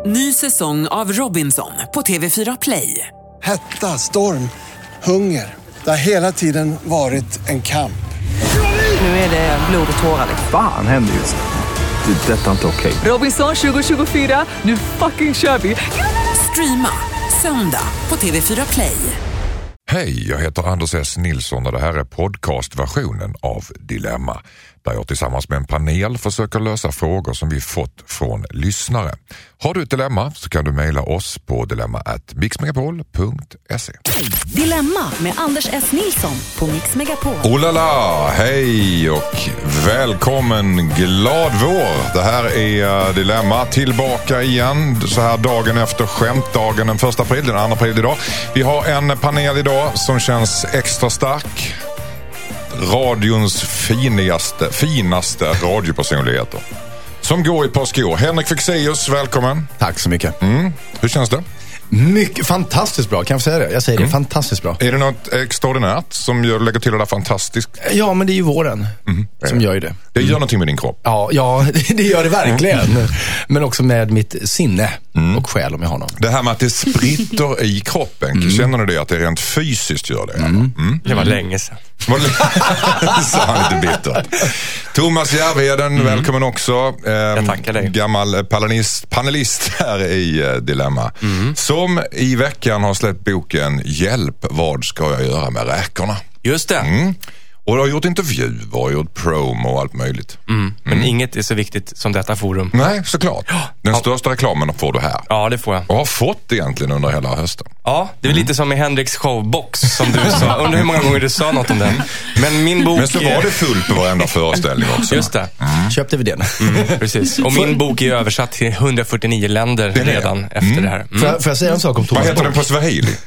Ny säsong av Robinson på TV4 Play. Hetta, storm, hunger. Det har hela tiden varit en kamp. Nu är det blod och tårar. Fan händer just nu. Det är detta inte okej. Robinson 2024, nu fucking kör vi. Streama söndag på TV4 Play. Hej, jag heter Anders S. Nilsson och det här är podcastversionen av Dilemma. Där jag tillsammans med en panel försöker lösa frågor som vi fått från lyssnare. Har du ett dilemma så kan du mejla oss på dilemma@mixmegapol.se. Dilemma med Anders S. Nilsson på Mix Megapol. Oh la la, hej och välkommen, glad vår. Det här är Dilemma, tillbaka igen så här dagen efter skämtdagen den 1 april, den 2 april idag. Vi har en panel idag som känns extra stark. Radions finaste radiopersonligheter som går i ett par skor. Henrik Fexeus, välkommen. Tack så mycket. Hur känns det? Mycket fantastiskt bra, kan jag säga det? Jag säger det, fantastiskt bra. Är det något extraordinärt som lägger till det där fantastiskt? Ja, men det är ju våren som gör ju det. Det gör någonting med din kropp. Ja, det gör det verkligen. Men också med mitt sinne och själ om jag har någon. Det här med att det spritter i kroppen, känner ni det att det rent fysiskt gör det? Det var länge sedan. Så han lite bitter. Thomas Järvheden, välkommen också. Jag tackar dig. Gammal panelist här i Dilemma. Som i veckan har släppt boken Hjälp, vad ska jag göra med räkorna? Just det. Och du har gjort intervjuer och gjort promo och allt möjligt. Men inget är så viktigt som detta forum. Nej, såklart. Den största reklamen får du här. Ja, det får jag. Och har fått egentligen under hela hösten. Ja, det är lite som i Henriks showbox som du sa. Undrar hur många gånger du sa något om den. Men min bok... Men så var det fullt på varenda föreställning också. Just det. Köpte vi den. Precis. Och min bok är översatt till 149 länder redan efter det här. Får jag säga en sak om Thomas? Vad heter den på swahili?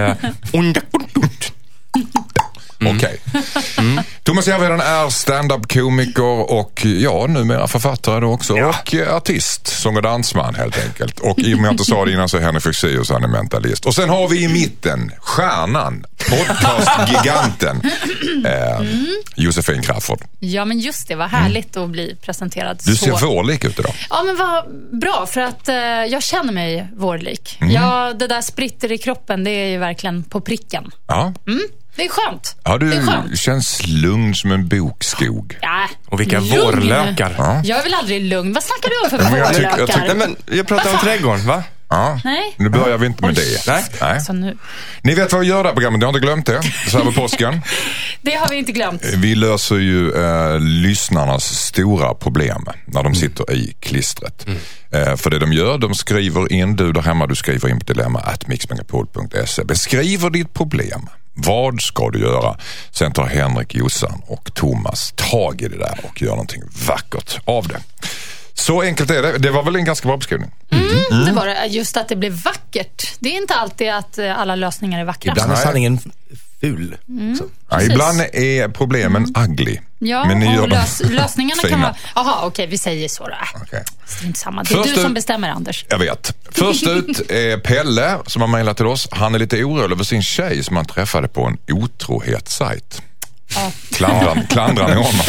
Okej. Thomas Järvheden är stand-up-komiker och numera författare då också. Ja. Och artist, sång och dansman helt enkelt. Och i och med att jag sa det innan så är Henrik Fexeus, han är mentalist. Och sen har vi i mitten stjärnan, podcastgiganten Josefin Crafoord. Ja, men just det, var härligt att bli presenterad. Du ser vårlik ut idag. Ja, men vad bra, för att jag känner mig vårlik. Ja, det där spritter i kroppen, det är ju verkligen på pricken. Ja. Det är skönt. Ja, du känns lugn som en bokskog. Ja, och vilka vårlökar. Ja. Jag är väl aldrig lugn. Vad snackar du om för vårlökar? Jag pratar om trädgården, va? Ja, nej. Nu börjar vi inte med det. Nej. Alltså nu. Ni vet vad vi gör där programmet, jag har inte glömt det. Så här med påsken. Det har vi inte glömt. Vi löser ju lyssnarnas stora problem när de sitter i klistret. För det de gör, de skriver in, du där hemma, du skriver in på dilemma@mixmegapol.se. Beskriver ditt problem. Vad ska du göra? Sen tar Henrik, Jossan och Thomas tag i det där och gör någonting vackert av det. Så enkelt är det. Det var väl en ganska bra beskrivning. Det var det. Just att det blev vackert. Det är inte alltid att alla lösningar är vackra. Ibland är sanningen ful. Ja, ibland är problemen ugly. Ja, men ni och gör lösningarna fina. kan vara... Jaha, okej, vi säger så då. Okay. Det är inte samma. Det är du som bestämmer, Anders. Jag vet. Först ut är Pelle som har mejlat till oss. Han är lite orolig över sin tjej som han träffade på en otrohetssajt. Ja. Klandrar ni honom?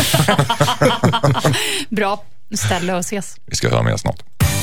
Bra ställe att ses. Vi ska höra mer snart.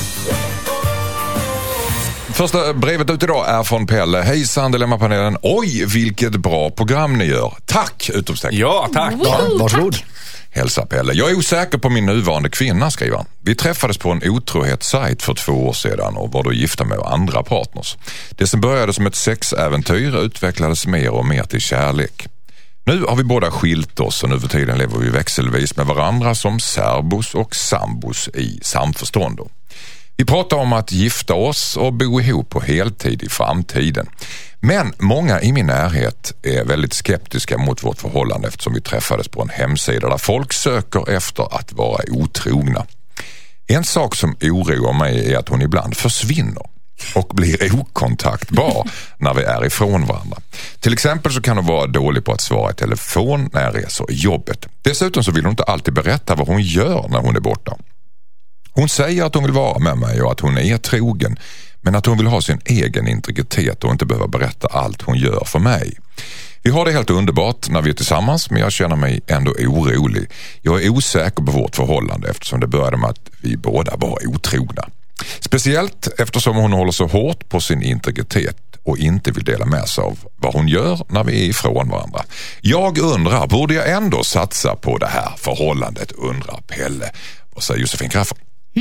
Första brevet ut idag är från Pelle. Hejsan, Dilemma-panelen. Oj, vilket bra program ni gör. Tack, utropstecken. Ja, tack. Varsågod. Tack. Hälsa Pelle. Jag är osäker på min nuvarande kvinna, skriver han. Vi träffades på en otrohetssajt för 2 år sedan och var då gifta med andra partners. Det som började som ett sexäventyr utvecklades mer och mer till kärlek. Nu har vi båda skilt oss och nu för tiden lever vi växelvis med varandra som särbos och sambos i samförstånd. Vi pratar om att gifta oss och bo ihop på heltid i framtiden. Men många i min närhet är väldigt skeptiska mot vårt förhållande eftersom vi träffades på en hemsida där folk söker efter att vara otrogna. En sak som oroar mig är att hon ibland försvinner och blir okontaktbar när vi är ifrån varandra. Till exempel så kan hon vara dålig på att svara i telefon när jag reser i jobbet. Dessutom så vill hon inte alltid berätta vad hon gör när hon är borta. Hon säger att hon vill vara med mig och att hon är trogen, men att hon vill ha sin egen integritet och inte behöva berätta allt hon gör för mig. Vi har det helt underbart när vi är tillsammans, men jag känner mig ändå orolig. Jag är osäker på vårt förhållande eftersom det började med att vi båda var otrogna. Speciellt eftersom hon håller så hårt på sin integritet och inte vill dela med sig av vad hon gör när vi är ifrån varandra. Jag undrar, borde jag ändå satsa på det här förhållandet, undrar Pelle. Vad säger Josefin Crafoord?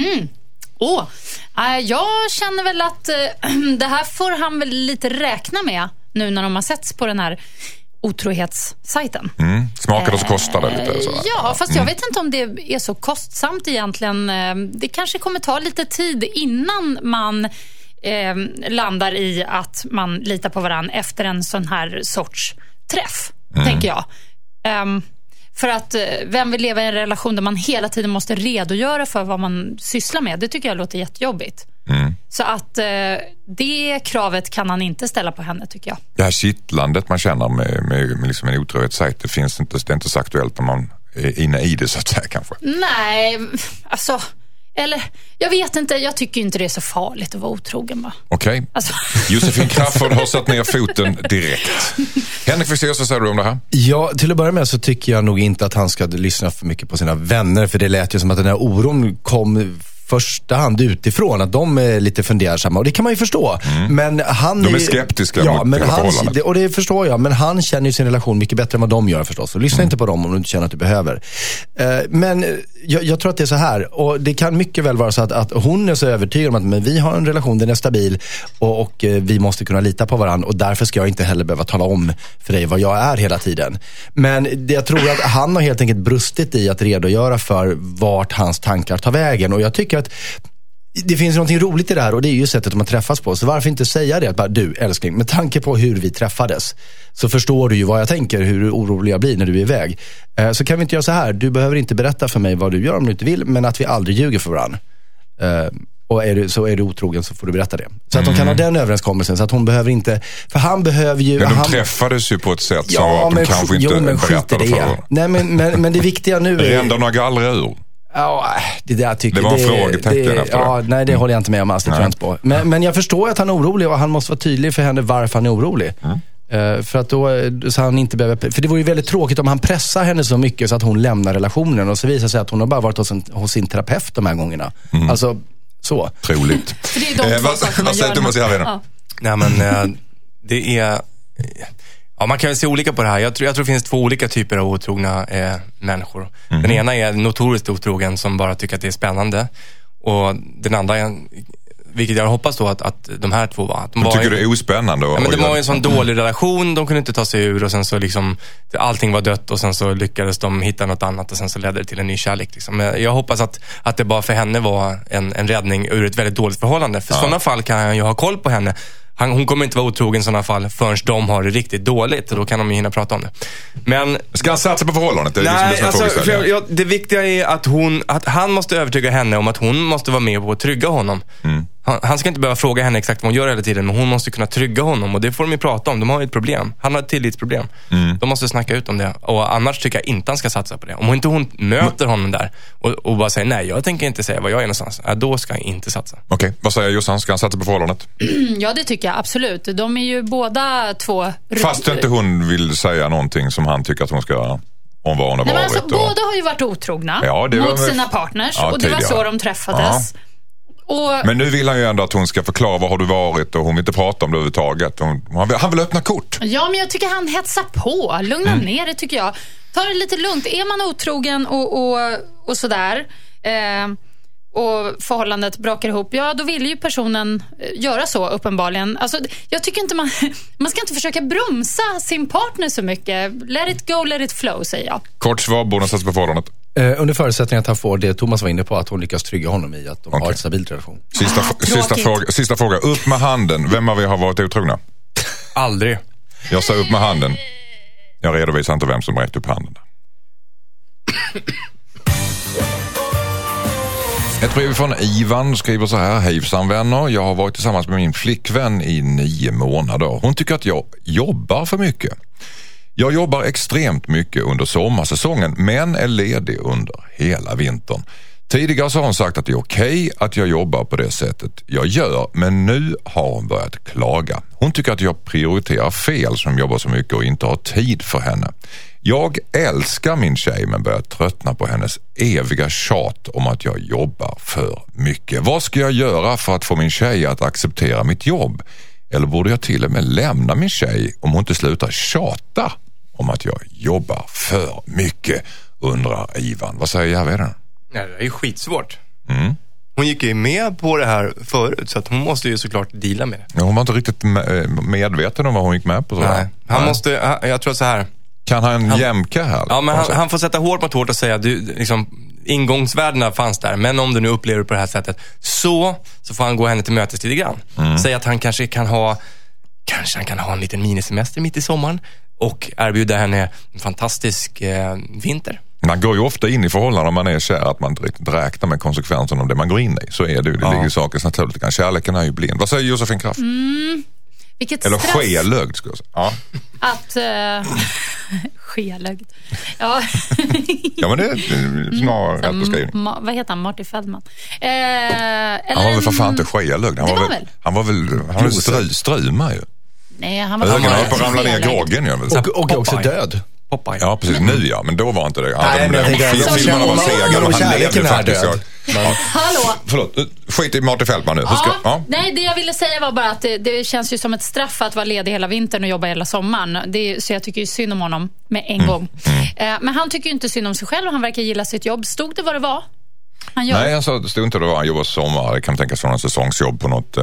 Jag känner väl att det här får han väl lite räkna med nu när de har setts på den här otrohetssajten. Smakar det så kostar det lite? Så. Ja, fast jag vet inte om det är så kostsamt egentligen. Det kanske kommer ta lite tid innan man landar i att man litar på varandra efter en sån här sorts träff, tänker jag. För att vem vill leva i en relation där man hela tiden måste redogöra för vad man sysslar med? Det tycker jag låter jättejobbigt. Så att det kravet kan han inte ställa på henne, tycker jag. Det här kittlandet man känner med liksom en otrohetssajt, det är inte så aktuellt när man är inne i det, så att säga, kanske. Nej, alltså... Eller, jag vet inte, jag tycker inte det är så farligt att vara otrogen, va? Okej. Alltså. Josefin Crafoord har satt ner foten direkt. Henrik Fexeus, vad säger du om det här? Ja, till att börja med så tycker jag nog inte att han ska lyssna för mycket på sina vänner, för det lät ju som att den här oron kom första hand utifrån, att de är lite fundersamma, och det kan man ju förstå. Men han de är skeptiska mot men förhållandet. Och det förstår jag, men han känner ju sin relation mycket bättre än vad de gör förstås. Så lyssna inte på dem om du inte känner att du behöver. Men jag tror att det är så här, och det kan mycket väl vara så att hon är så övertygad om att men vi har en relation, den är stabil och vi måste kunna lita på varandra, och därför ska jag inte heller behöva tala om för dig vad jag är hela tiden. Men jag tror att han har helt enkelt brustit i att redogöra för vart hans tankar tar vägen, och jag tycker att det finns något roligt i det här, och det är ju sättet man träffas på. Så varför inte säga det? Att bara, du älskling, med tanke på hur vi träffades så förstår du ju vad jag tänker, hur orolig jag blir när du är iväg. Så kan vi inte göra så här, du behöver inte berätta för mig vad du gör om du inte vill, men att vi aldrig ljuger för varandra. Och är du otrogen så får du berätta det. Så att de kan ha den överenskommelsen, så att hon behöver inte, för han behöver ju... Men de träffades ju på ett sätt som att de kanske inte berättade för varandra. Nej, men det viktiga nu är... Rända några gallra ur. Ja, det där tycker det var en frågetecken efter det. Ja, nej, det håller jag inte med om alls, det tror jag inte på. Men jag förstår att han är orolig, och han måste vara tydlig för henne varför han är orolig. För att då, så han inte behöver, för det vore ju väldigt tråkigt om han pressar henne så mycket så att hon lämnar relationen, och så visar sig att hon har bara varit hos sin terapeut de här gångerna. Alltså, så. Troligt. För det är de två saker man gör. Nej, men det är... Ja, man kan väl se olika på det här. Jag tror det finns två olika typer av otrogna människor. Den ena är notoriskt otrogen som bara tycker att det är spännande. Och den andra är, vilket jag hoppas då att de här två var. De tycker det är ospännande. Ja, men det var en sån dålig relation, de kunde inte ta sig ur, och sen så liksom allting var dött, och sen så lyckades de hitta något annat, och sen så ledde det till en ny kärlek liksom. Jag hoppas att det bara för henne var en räddning ur ett väldigt dåligt förhållande. För i sådana fall kan jag ju ha koll på henne. Hon kommer inte vara otrogen i sådana fall förrän de har det riktigt dåligt, och då kan de ju hinna prata om det. Men ska han satsa på förhållandet? Det är nej, det viktiga är att han måste övertyga henne om att hon måste vara med på att trygga honom. Han ska inte behöva fråga henne exakt vad hon gör hela tiden, men hon måste kunna trygga honom, och det får de ju prata om. De har ju ett problem. Han har ett tillitsproblem. De måste snacka ut om det, och annars tycker jag inte han ska satsa på det. Om inte hon möter honom där och bara säger nej, jag tänker inte säga vad jag är någonstans, då ska han inte satsa. Okej, vad säger Jossan? Ska han satsa på förhållandet? Ja, det tycker jag absolut. De är ju båda två... Fast inte hon vill säga någonting som han tycker att hon ska göra. Om vad hon har varit. Alltså, båda har ju varit otrogna mot sina partners, och det var så de träffades. Men nu vill han ju ändå att hon ska förklara vad har du varit, och hon vill inte prata om det överhuvudtaget. Han vill öppna kort. Ja, men jag tycker han hetsar på. Lugna ner det, tycker jag. Ta det lite lugnt. Är man otrogen och sådär, och förhållandet brakar ihop, ja, då vill ju personen göra så uppenbarligen. Alltså, jag tycker inte man ska inte försöka bromsa sin partner så mycket. Let it go, let it flow, säger jag. Kort svar, borde satsa på förhållandet. Under förutsättning att han får det Thomas var inne på, att hon lyckas trygga honom i att de har ett stabilt relation. Sista fråga. Upp med handen. Vem av er har varit otrogna? Aldrig. Jag sa upp med handen. Jag redovisar inte vem som rätt upp handen. Ett brev från Ivan skriver så här: hejsan vänner, jag har varit tillsammans med min flickvän i 9 månader. Hon tycker att jag jobbar för mycket. Jag jobbar extremt mycket under sommarsäsongen, men är ledig under hela vintern. Tidigare så har hon sagt att det är okej att jag jobbar på det sättet jag gör, men nu har hon börjat klaga. Hon tycker att jag prioriterar fel som jobbar så mycket och inte har tid för henne. Jag älskar min tjej men börjar tröttna på hennes eviga tjat om att jag jobbar för mycket. Vad ska jag göra för att få min tjej att acceptera mitt jobb? Eller borde jag till och med lämna min tjej om hon inte slutar tjata om att jag jobbar för mycket, undrar Ivan. Vad säger Järvheden? Nej, det är ju skitsvårt. Hon gick ju med på det här förut, så att hon måste ju såklart deala med det. Ja, hon var inte riktigt medveten om vad hon gick med på. Nej, han måste, jag tror så här. Kan han jämka här? Ja, men han får sätta hårt mot hårt och säga, ingångsvärdena fanns där, men om du nu upplever det på det här sättet, så får han gå henne till mötes lite grann. Säga att han kanske kan ha en liten minisemester mitt i sommaren och erbjuda henne en fantastisk vinter. Man går ju ofta in i förhållanden om man är kär, att man inte riktigt räknar med konsekvenserna av det man går in i. Så är det ju. Det ligger i sakens natur. Kärleken är ju blind. Vad säger Josefin Kraft? Vilket eller stress. skelögd, skulle jag säga. Ja. Att... skelögd. Ja. Ja, men det är snarare rätt beskrivning. Vad heter han? Martin Feldman. Han var väl för fan inte skelögd. Han var väl struma ju. Nej, han var ögonen var på att ramla ner i groggen. Och också död. Popeye. Ja, precis. Nu ja, men då var inte det. Nej, men jag tänkte... Filmerna var sega och han levde faktiskt. Hallå? Förlåt, skit i Martin Feldman nu. Nej, det jag ville säga var bara att det känns ju som ett straff att vara ledig hela vintern och jobba hela sommaren. Så jag tycker ju synd om honom med en gång. Men han tycker ju inte synd om sig själv och han verkar gilla sitt jobb. Stod det vad det var? Han gör? Nej, det stod inte det var. Han jobbar sommar. Det kan tänkas som en säsongsjobb på något...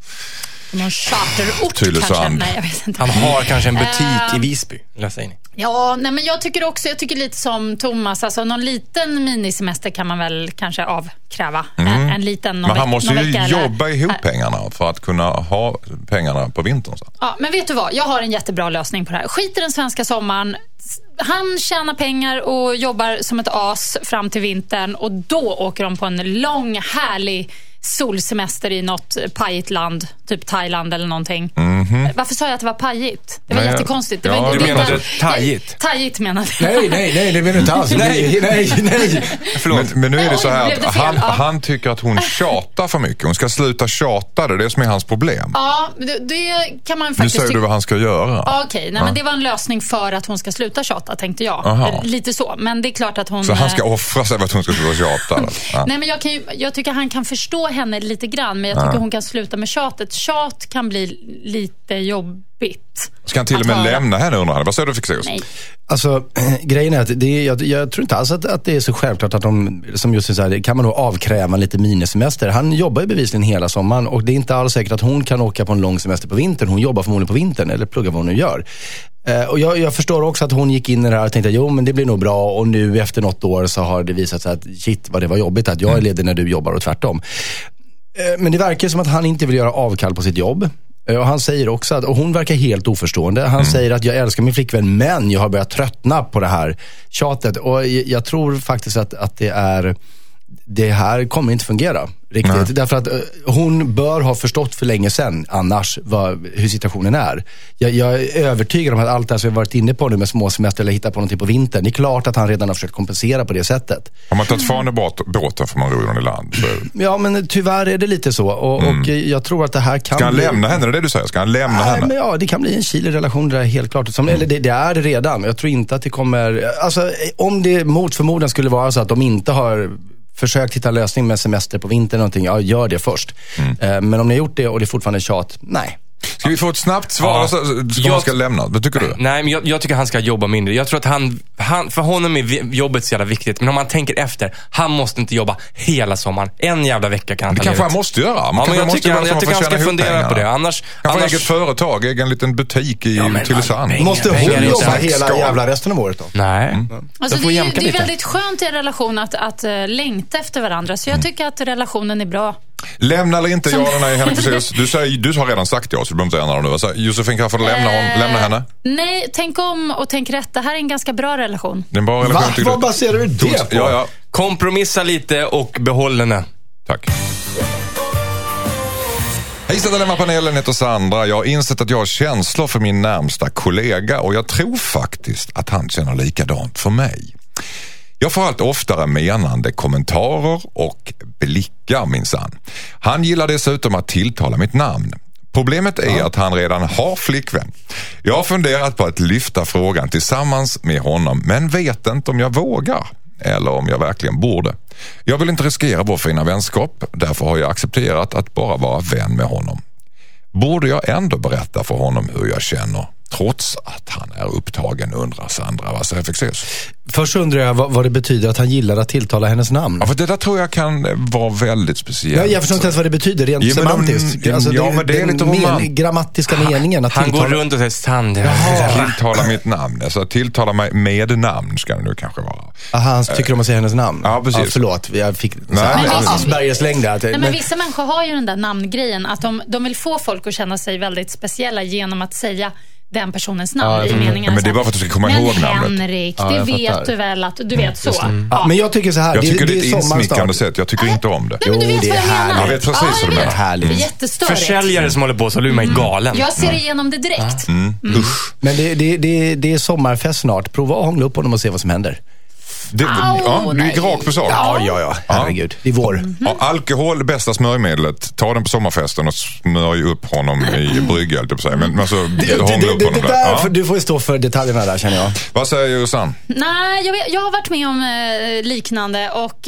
någon charterort kanske. Nej, jag vet inte. Han har kanske en butik i Visby. Ja, nej, men jag tycker lite som Thomas, alltså någon liten minisemester kan man väl kanske avkräva. En liten men han måste ju jobba ihop pengarna för att kunna ha pengarna på vintern. Så. Ja, men vet du vad? Jag har en jättebra lösning på det här. Skit i den svenska sommaren. Han tjänar pengar och jobbar som ett as fram till vintern och då åker de på en lång, härlig solsemester i något pajigt land, typ Thailand eller någonting. Varför sa jag att det var pajigt? Det var jättekonstigt. Du menade tajigt? Tajigt menade jag. Nej, det menar du inte alls. Nej. Förlåt. Men nu är det så här att han tycker att hon tjatar för mycket. Hon ska sluta tjata, det är det som är hans problem. Ja, det kan man faktiskt... Nu säger du vad han ska göra. Okej, men det var en lösning för att hon ska sluta tjata, tänkte jag. Lite så, men det är klart att hon... Så han ska offra sig för att hon ska sluta tjata? Nej, men jag tycker han kan förstå henne lite grann, men jag tycker hon kan sluta med tjatet. Tjat kan bli lite jobbigt. Ska han till och med lämna henne under henne? Vad säger du, Fixeus? Nej. Alltså, grejen är att jag tror inte alls att det är så självklart att de, som just så här, kan man nog avkräva lite minisemester. Han jobbar ju bevisligen hela sommaren och det är inte alls säkert att hon kan åka på en lång semester på vintern. Hon jobbar förmodligen på vintern eller pluggar vad hon nu gör. Och jag förstår också att hon gick in i det här och tänkte, jo men det blir nog bra, och nu efter något år så har det visat sig att shit vad det var jobbigt att jag är ledig när du jobbar och tvärtom. Men det verkar som att han inte vill göra avkall på sitt jobb. Och han säger också att, och hon verkar helt oförstående. Han säger att jag älskar min flickvän, men jag har börjat tröttna på det här tjatet. Och jag tror faktiskt att det här kommer inte fungera riktigt. Nej. Därför att hon bör ha förstått för länge sedan annars hur situationen är. Jag är övertygad om att allt det som vi har varit inne på nu med småsemester eller hitta på någonting på vintern, det är klart att han redan har försökt kompensera på det sättet. Har man tagit fan i båten får man ro den i land. Ja, men tyvärr är det lite så. Och jag tror att det här kan... Ska han lämna henne? Det är det du säger? Ska han lämna henne? Men ja, det kan bli en kilig relation där helt klart. Eller det är det redan. Jag tror inte att det kommer... Alltså, om det mot förmodan skulle vara så att de inte har... försökt hitta en lösning med semester på vintern någonting, ja, gör det först. Men om ni har gjort det och det är fortfarande tjat, nej. Ska vi få ett snabbt svar så man ska lämna? Vad tycker du? Nej, men jag tycker han ska jobba mindre. Jag tror att han för honom är jobbet så jävla viktigt. Men om man tänker efter, han måste inte jobba hela sommaren. En jävla vecka kan han ta ledigt. Det kanske han måste göra. Jag tycker han ska fundera på det. Annars eget företag, egen liten butik i Tylösand. Måste hon jobba hela jävla resten av året då? Nej. Alltså det är väldigt skönt i en relation att längta efter varandra. Så jag tycker att relationen är bra. Lämna eller inte, ja eller nej, Henrik Fexeus. Du har redan sagt ja, så du behöver inte ändra nu. Alltså, Josefin kan få lämna henne. Nej, tänk om och tänk rätt. Det här är en ganska bra relation. Det är en bra relation. Vad baserar du det på? Ja. Kompromissa lite och behåll henne. Tack. Hej, Lämmarpanelen heter Sandra. Jag har insett att jag har känslor för min närmsta kollega och jag tror faktiskt att han känner likadant för mig. Jag får allt oftare menande kommentarer och blickar minsann. Han gillar dessutom att tilltala mitt namn. Problemet är att han redan har flickvän. Jag har funderat på att lyfta frågan tillsammans med honom, men vet inte om jag vågar eller om jag verkligen borde. Jag vill inte riskera vår fina vänskap, därför har jag accepterat att bara vara vän med honom. Borde jag ändå berätta för honom hur jag känner, trots att han är upptagen, undrar Sandra. Vad säger Fexeus? Först undrar jag vad det betyder att han gillar att tilltala hennes namn. Ja, för det där tror jag kan vara väldigt speciellt. Jag förstår inte ens vad det betyder rent semantiskt. Men det är lite grammatiska meningen att han går runt och säger Sandra. Tilltala mitt namn. Alltså tilltala mig med namn ska det nu kanske vara. Aha, han tycker om att säga hennes namn. Ja, precis. Ja, förlåt, jag fick Aspergers längd där. Men vissa människor har ju den där namngrejen att de vill få folk att känna sig väldigt speciella genom att säga den personens namn i meningen. Ja, men det är bara för att du ska komma ihåg namnet. Men Henrik, det vet du väl att du vet så. Ja, men jag tycker så här. Jag tycker det är ett insmickrande sätt. Jag tycker inte om det. Nej, men du vet det är härligt. Jag vet precis hur det är. Härligt. Det är jättestörigt. Försäljare som håller på så lurar mig galen. Jag ser igenom det direkt. Usch. Men det är sommarfest snart. Prova att hångla upp honom och se vad som händer. Du gick rakt på sak. Ja. Herregud. Det är vår. Ja, alkohol, bästa smörjmedlet. Ta den på sommarfesten och smörj upp honom i brygga. Men alltså, hångla upp honom där. Du får ju stå för detaljerna där, känner jag. Vad säger Jossan? Nej, jag har varit med om liknande och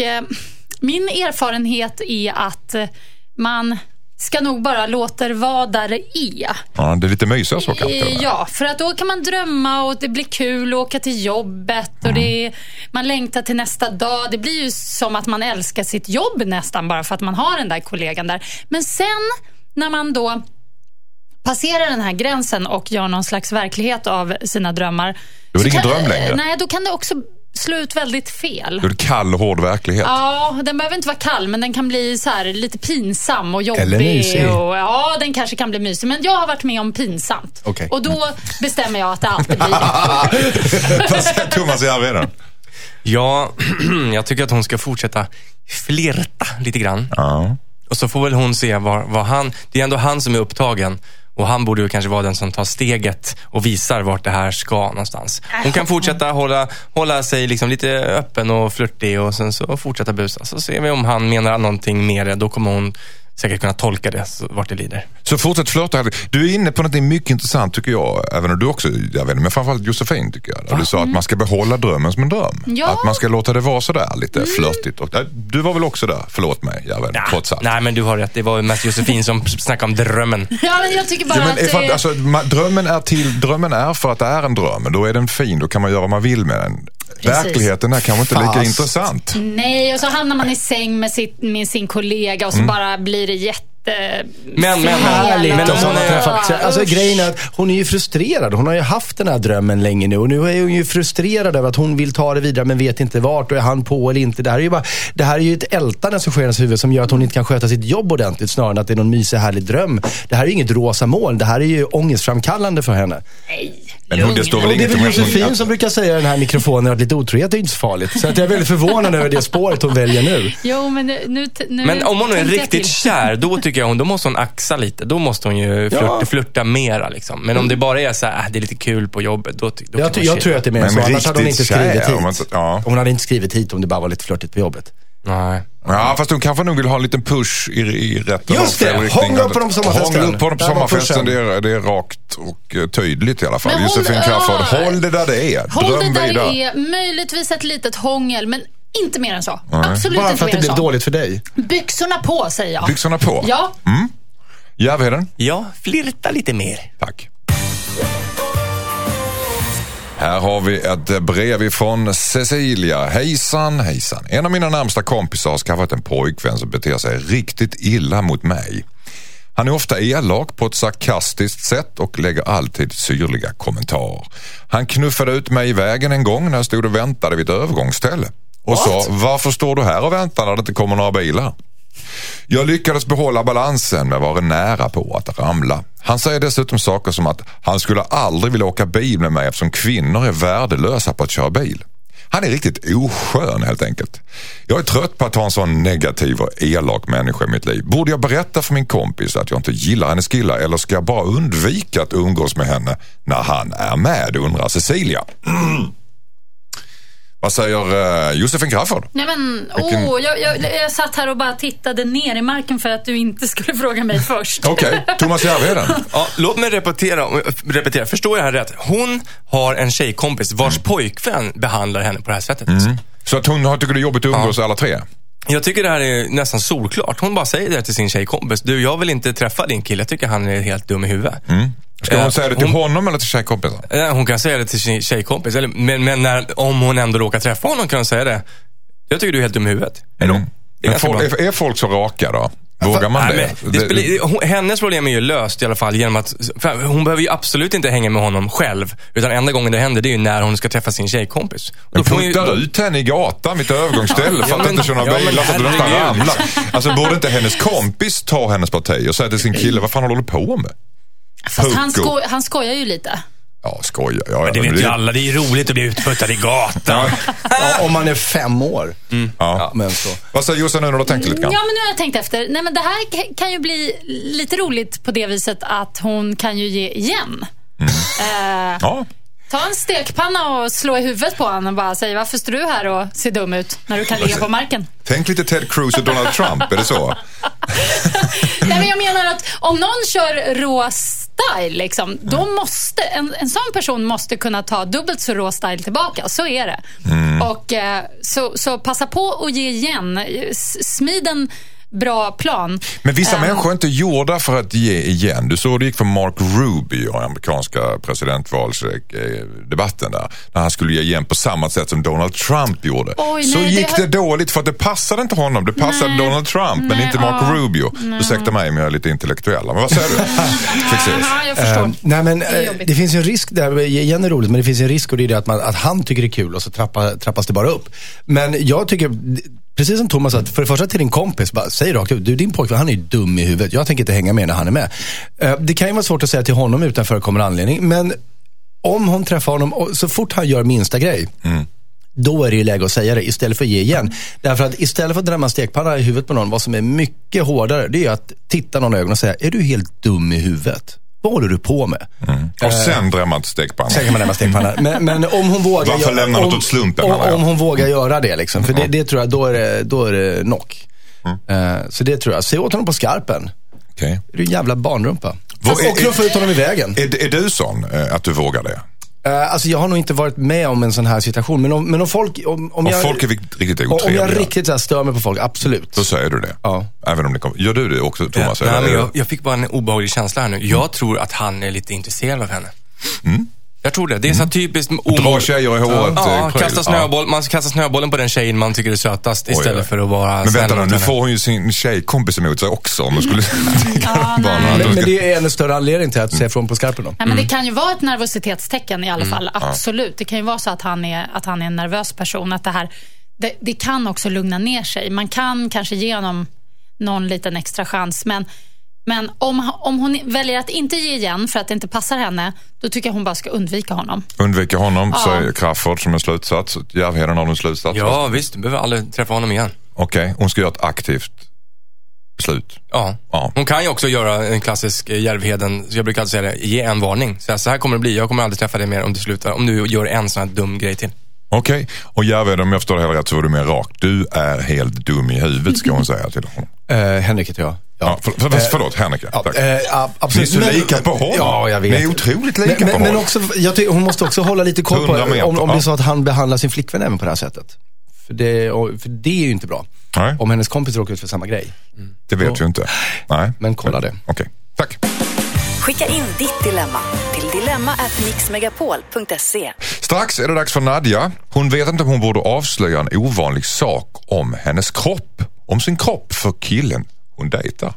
min erfarenhet är att man ska nog bara låta det vara där det är. Ja, det är lite mysigare så kanske. Ja, för att då kan man drömma och det blir kul att åka till jobbet och man längtar till nästa dag. Det blir ju som att man älskar sitt jobb nästan bara för att man har den där kollegan där. Men sen när man då passerar den här gränsen och gör någon slags verklighet av sina drömmar. Då är det ingen dröm längre. Nej, då kan det också slå ut väldigt fel. Då är det kall och hård verklighet. Ja, den behöver inte vara kall, men den kan bli så här lite pinsam och jobbig. Eller mysig. Ja, den kanske kan bli mysig. Men jag har varit med om pinsamt. Okay. Och då bestämmer jag att det alltid blir det. Vad säger Thomas i Arveden? Ja, jag tycker att hon ska fortsätta flirta lite grann. Ja. Och så får väl hon se vad han... Det är ändå han som är upptagen. Och han borde ju kanske vara den som tar steget och visar vart det här ska någonstans. Hon kan fortsätta hålla sig liksom lite öppen och flirtig och sen så fortsätta busa. Så ser vi om han menar någonting mer. Då kommer hon säkert kunna tolka det vart det lider. Så fortsätt flirta. Du är inne på något mycket intressant tycker jag. Även om du också, jag vet inte, men framförallt Josefin tycker jag. Du sa att man ska behålla drömmen som en dröm. Ja. Att man ska låta det vara sådär lite flirtigt. Och, du var väl också där, förlåt mig, jag vet, trots allt. Nej, men du har rätt. Det var mest Josefin som snackade om drömmen. Ja, men jag tycker bara drömmen är för att det är en dröm. Då är den fin, då kan man göra vad man vill med den. Precis. Verkligheten är kanske inte lika intressant. Nej, och så hamnar man i säng med sin kollega och så bara blir det Men alltså grejen är att hon är ju frustrerad. Hon har ju haft den här drömmen länge nu och nu är hon ju frustrerad över att hon vill ta det vidare men vet inte vart och är han på eller inte. Det här är ju ett ältande som sker i hennes huvud som gör att hon inte kan sköta sitt jobb ordentligt snarare än att det är någon mysig härlig dröm. Det här är ju inget rosa moln. Det här är ju ångestframkallande för henne. Nej. Men det står väl det är väl Josefin som brukar säga i den här mikrofonen att lite otrohet är inte så farligt. Så att jag är väldigt förvånad över det spåret hon väljer nu. Jo, men nu men om hon är riktigt kär, då tycker jag då måste hon axa lite. Då måste hon ju flirta mera liksom. Men om det bara är så här, det är lite kul på jobbet, då jag tror att det är mer så. Annars hade hon inte skrivit hit. Ja. Hon hade inte skrivit hit om det bara var lite flirtigt på jobbet. Nej. Ja, fast hon kanske nog vill ha en liten push i rätt just det, hångla upp på dem på sommarfesten. Hångla upp på dem på sommarfesten, det är rakt och tydligt i alla fall. Josefin Crafoord, håll det där det är. Håll det där det är. Möjligtvis ett litet hångel, men inte mer än så. Absolut bara inte för att mer det än blev så. dåligt för dig. Byxorna på, säger jag. Byxorna på? Ja. Järvheden? Ja, flirta lite mer. Tack. Här har vi ett brev ifrån Cecilia. Hejsan, hejsan. En av mina närmsta kompisar har skaffat en pojkvän som beter sig riktigt illa mot mig. Han är ofta elak på ett sarkastiskt sätt och lägger alltid syrliga kommentarer. Han knuffade ut mig i vägen en gång när jag stod och väntade vid ett övergångsställe. Och sa, varför står du här och väntar när det inte kommer några bilar? Jag lyckades behålla balansen men var nära på att ramla. Han säger dessutom saker som att han skulle aldrig vilja åka bil med mig eftersom kvinnor är värdelösa på att köra bil. Han är riktigt oskön helt enkelt. Jag är trött på att ha en sån negativ och elak människa i mitt liv. Borde jag berätta för min kompis att jag inte gillar hennes killar eller ska jag bara undvika att umgås med henne när han är med, undrar Cecilia. Vad säger Josefin Crafoord? Nej men, jag satt här och bara tittade ner i marken för att du inte skulle fråga mig först. Okej, Thomas Järvheden. Ja, låt mig repetera. Förstår jag här rätt? Hon har en tjejkompis vars pojkvän behandlar henne på det här sättet. Så att hon tycker det är jobbigt att umgås alla tre? Jag tycker det här är nästan solklart. Hon bara säger det till sin tjejkompis. Du, jag vill inte träffa din kille. Jag tycker han är helt dum i huvudet. Ska hon säga det till honom eller till tjejkompisen? Hon kan säga det till sin tjejkompis. Men om hon ändå råkar träffa honom kan hon säga det. Jag tycker du är helt dum i huvudet. Men är folk så raka då? Vågar man det? Hennes problem är ju löst i alla fall genom att hon behöver ju absolut inte hänga med honom själv, utan enda gången det händer det är ju när hon ska träffa sin tjejkompis. Men puttar ut henne i gatan mitt övergångsställe för att inte köra bilar så att du nästan ramlar. Alltså borde inte hennes kompis ta hennes parti och säga till sin kille, vad fan håller du på med? Fast han skojar ju lite. Ja, skojar. Ja, men det vet ju alla, det är ju roligt att bli utputtad i gatan. Om man är 5 år. Men så. Vad säger Jossan nu när du har tänkt lite grann? Ja, men nu har jag tänkt efter. Nej, men det här kan ju bli lite roligt på det viset att hon kan ju ge igen. Ta en stekpanna och slå i huvudet på honom och bara säga, varför står du här och ser dum ut när du kan ligga på marken? Tänk lite Ted Cruz och Donald Trump, är det så? Nej, men jag menar att om någon kör rå style liksom, då måste en sån person måste kunna ta dubbelt så rå style tillbaka. Så är det. Och så passa på att ge igen. Smid en bra plan. Men vissa människor är inte gjorda för att ge igen. Du såg det gick för Mark Rubio i amerikanska presidentvalsdebatten där. När han skulle ge igen på samma sätt som Donald Trump gjorde. Gick det dåligt för att det passade inte honom. Det passade Donald Trump men inte Mark Rubio. Ursäkta mig om jag är lite intellektuell. Men vad säger du? Jag förstår. Nej, men det finns en risk där. Igen är roligt, men det finns en risk och det är det att han tycker det är kul och så trappas det bara upp. Men jag tycker, precis som Thomas sa, för det första till din kompis, bara säg rakt ut, du, din pojkvän, han är ju dum i huvudet. Jag tänker inte hänga med när han är med. Det kan ju vara svårt att säga till honom utan förekommande anledning, men om hon träffar honom och så fort han gör minsta grej, då är det ju läge att säga det istället för att ge igen. Därför att istället för att drämma stekpanna i huvudet på någon, vad som är mycket hårdare, det är att titta någon i ögonen och säga, är du helt dum i huvudet? Vad håller du på med? Och sen drämma stekpanna. Sen kan man drämma stekpanna. Men om hon vågar... Varför lämna något åt slumpen? Om hon vågar göra det liksom. För det tror jag, då är det knock. Så det tror jag. Se åt honom på skarpen. Okay. Det är ju en jävla barnrumpa. Och knuffa ut honom i vägen. Är du sån att du vågar det? Alltså jag har nog inte varit med om en sån här situation. Men om folk... Om jag riktigt så här stör mig på folk, absolut. Då säger du det? Ja. Även om det kommer... Gör du det också, Thomas? Men jag fick bara en obehaglig känsla här nu. Jag tror att han är lite intresserad av henne. Jag tror det. Det är så typiskt... Dra tjejer i håret. Man kastar snöbollen på den tjejen man tycker är sötast istället för att vara... Men vänta nu får hon ju sin tjejkompis emot sig också. Om man skulle men det är en större anledning till att se från på skarpen då. Ja, men det kan ju vara ett nervositetstecken i alla fall. Absolut. Det kan ju vara så att han är en nervös person. Att det kan också lugna ner sig. Man kan kanske ge honom någon liten extra chans. Men om hon väljer att inte ge igen för att det inte passar henne, då tycker jag hon bara ska undvika honom. Undvika honom, säger Crafoord som en slutsats. Järvheden har en slutsats. Ja, visst. Du behöver aldrig träffa honom igen. Okej, hon ska göra ett aktivt beslut. Ja. Hon kan ju också göra en klassisk Järvheden, jag brukar alltid säga det, ge en varning. Så här kommer det bli. Jag kommer aldrig träffa dig mer om du slutar. Om du gör en sån här dum grej till. Okej, och Järvheden, om jag förstår det hela rätt så var du mer rak. Du är helt dum i huvudet, ska hon säga till honom. Henrik heter jag. Ja. Förlåt, Henrik. Absolut. Ni är så lika på honom. Ja, jag vet. Ni är otroligt lika på honom. Men också, hon måste också hålla lite koll på om det är så att han behandlar sin flickvän även på det här sättet. För det är ju inte bra. Nej. Om hennes kompis råkar ut för samma grej. Det vet ju inte. Nej. Men kolla det. Okej, tack. Skicka in ditt dilemma till dilemma@mixmegapol.se. Strax är det dags för Nadja. Hon vet inte om hon borde avslöja en ovanlig sak om hennes kropp. Om sin kropp för killen hon dejtar.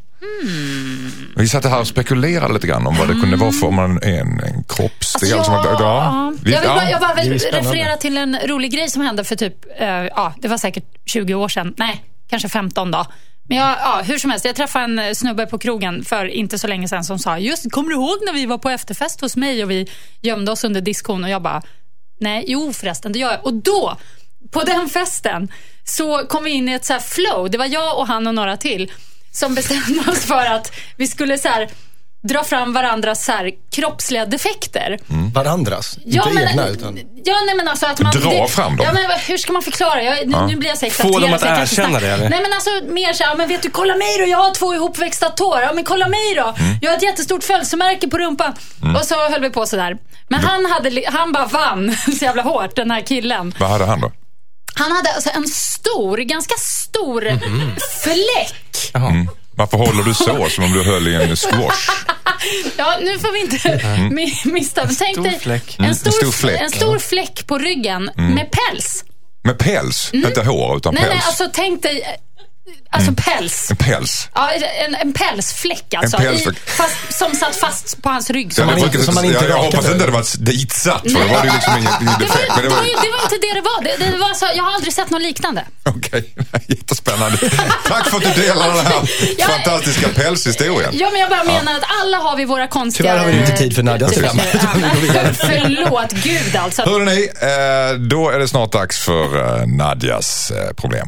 Vi satt här och spekulerade lite grann om vad det kunde vara för en kroppsdel. Jag vill referera till en rolig grej som hände för typ, det var säkert 20 år sedan. Nej, kanske 15 då. Men hur som helst, jag träffade en snubbe på krogen för inte så länge sedan som sa, just, kommer du ihåg när vi var på efterfest hos mig och vi gömde oss under diskon? Och jag bara, nej, jo förresten, det gör jag. Och då, på den festen, så kom vi in i ett så här flow. Det var jag och han och några till som bestämde oss för att vi skulle så här dra fram varandras så här kroppsliga defekter. Varandras? Ja, inte men, egna utan... Ja, nej men alltså att man... Dra fram dem? Ja, men hur ska man förklara? Nu blir jag så Få dem att erkänna det, eller? Nej, men alltså mer så här, men vet du, kolla mig då, jag har 2 ihopväxta tår. Ja, men kolla mig då, jag har ett jättestort födelsemärke på rumpan. Och så höll vi på så där. Men han bara vann så jävla hårt, den här killen. Vad hade han då? Han hade alltså en ganska stor fläck. Varför håller du så som om du höll i en squash? Ja, nu får vi inte missa. Tänk dig en stor fläck på ryggen med päls. Med päls? Inte hår utan päls? Nej, alltså tänk dig... Alltså päls. En päls? Ja, en pälsfläck alltså. Som satt fast på hans rygg. Jag hoppas inte det var ditsatt. För det var ju liksom ingen defekt. Det var inte det var. Det var så, jag har aldrig sett något liknande. Okej, jättespännande. Tack för att du delar den här fantastiska pälshistorien. Ja, men jag bara menar att alla har vi våra konstiga... Tyvärr har vi inte tid för Nadias program. Förlåt, gud alltså. Hörrni, då är det snart dags för Nadias problem.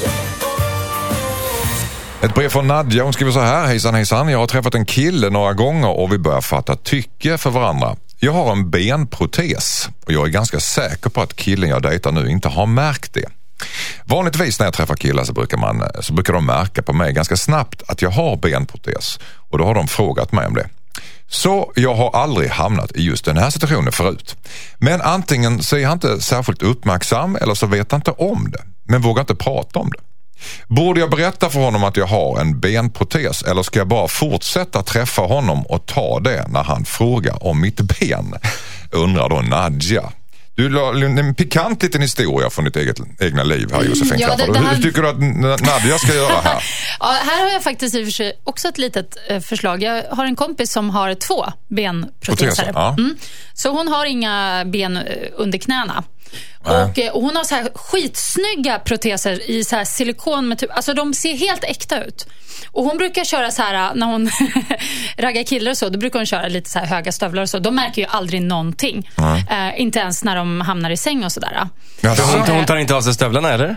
Ett brev från Nadja, hon skriver så här: hejsan, jag har träffat en kille några gånger och vi börjar fatta tycke för varandra. Jag har en benprotes och jag är ganska säker på att killen jag dejtar nu inte har märkt det. Vanligtvis när jag träffar killar så brukar de märka på mig ganska snabbt att jag har benprotes och då har de frågat mig om det. Så jag har aldrig hamnat i just den här situationen förut. Men antingen så är jag inte särskilt uppmärksam eller så vet jag inte om det, men vågar inte prata om det. Borde jag berätta för honom att jag har en benprotes eller ska jag bara fortsätta träffa honom och ta det när han frågar om mitt ben? Undrar då Nadja. Du la en pikant liten historia från ditt egna liv här, Josefin. Hur tycker du att Nadja ska göra här? Ja, här har jag faktiskt i och för sig också ett litet förslag. Jag har en kompis som har 2 benproteser. Ja. Så hon har inga ben under knäna. Och hon har så här skitsnygga proteser i så här silikon med typ, alltså de ser helt äkta ut. Och hon brukar köra så här när hon raggar killar och så, då brukar hon köra lite så här höga stövlar och så. De märker ju aldrig någonting. Inte ens när de hamnar i säng och sådär. Hon tar inte av sig stövlarna, eller?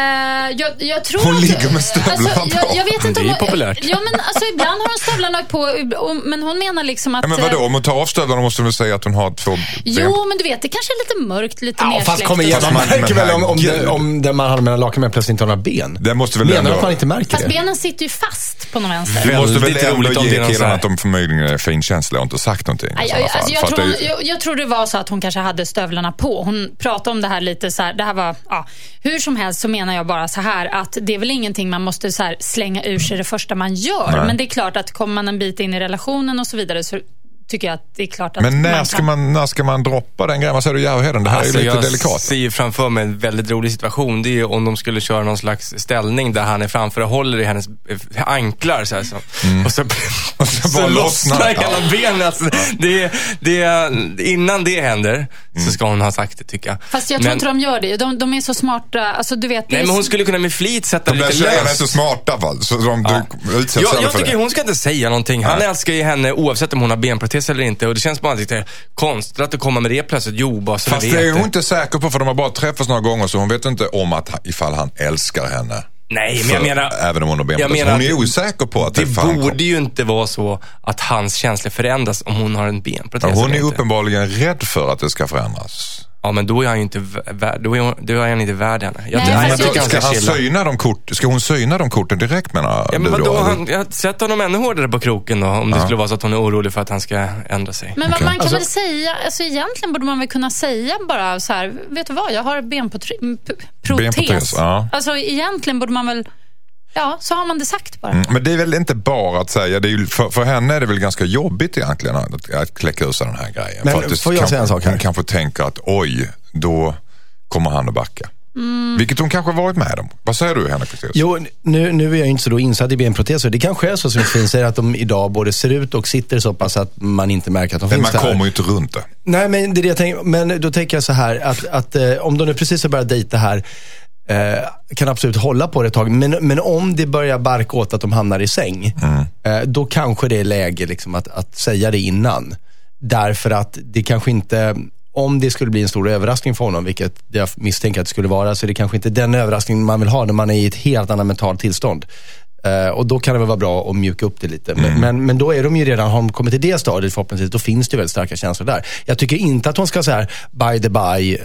Jag tror hon ligger med stövlarna på. Jag vet inte det är populärt. Ja, men alltså ibland har hon stövlarna på, men hon menar liksom att... Ja, men vadå, om hon tar av stövlarna måste hon väl säga att hon har 2 ben? Jo, men du vet, det kanske är lite mörkt, lite nersläckt. Fast kom igen, man märker väl om den man har mellan lakan med plötsligt inte har några ben. Det måste väl menar att man inte märker fast det. Benen sitter ju fast på någon vänster. Det måste väl ändå roligt ge killarna att de förmodligen är finkänsliga och inte sagt någonting. Jag tror det var så att hon kanske hade stövlarna på. Hon pratade om det här lite så här, det här var, hur som helst så menar jag bara så här att det är väl ingenting man måste så här slänga ur sig det första man gör. Nej. Men det är klart att kommer man en bit in i relationen och så vidare så tycker jag att det är klart att men när ska man droppa den grejen? Vad säger du, Järvheden? Det här är ju lite delikat. Jag ser framför mig en väldigt rolig situation. Det är om de skulle köra någon slags ställning där han är framför och håller i hennes anklar så här, så. Och så lossnar hela benet. Alltså, innan det händer så ska hon ha sagt det, tycker jag. Fast jag tror inte de gör det. De är så smarta. Alltså, du vet, nej, men hon skulle kunna med flit sätta de lite lös. De är så smarta, så jag tycker hon ska inte säga någonting. Han älskar ju henne oavsett om hon har benprotes eller inte, och det känns bara lite konstigt att det kommer med det plötsligt. Bara så. Fast det är hon inte säker på, för de har bara träffats några gånger, så hon vet inte om att ifall han älskar henne. Nej, men jag menar, även om hon har benprotes. Hon är osäker på att det borde ju inte vara så att hans känslor förändras om hon har en benprotes. Hon är uppenbarligen rädd för att det ska förändras. Ja, men då är han ju inte då är han inte värd henne. Ska hon syna de korten direkt, menar ja, men jag sätter honom ännu hårdare på kroken då, om det skulle vara så att hon är orolig för att han ska ändra sig. Men man kan väl säga, alltså egentligen borde man väl kunna säga bara så här, vet du vad, jag har benprotes. Ja. Alltså egentligen borde man väl, ja, så har man det sagt bara. Men det är väl inte bara att säga, det är ju, för henne är det väl ganska jobbigt egentligen att kläcka ur sig den här grejen. Men för att får jag säga en sak här? Hon kanske tänker att oj, då kommer han att backa. Vilket hon kanske varit med om. Vad säger du, Henrik? Jo, nu är jag inte så då insatt i benproteser. Det kanske är så som Finn säger, att de idag både ser ut och sitter så pass att man inte märker att de finns där. Men man kommer ju inte runt det. Nej, men det är det jag tänker. Men då tänker jag så här att om de nu precis har börjat dejta här, kan absolut hålla på det ett tag, men om det börjar barka åt att de hamnar i säng, då kanske det är läge liksom att säga det innan, därför att det kanske inte, om det skulle bli en stor överraskning för honom, vilket jag misstänker att det skulle vara, så är det kanske inte den överraskningen man vill ha när man är i ett helt annat mentalt tillstånd. Och då kan det väl vara bra att mjuka upp det lite. Men då är de ju redan, har de kommit till det stadiet förhoppningsvis, då finns det väldigt starka känslor där. Jag tycker inte att hon ska så här by the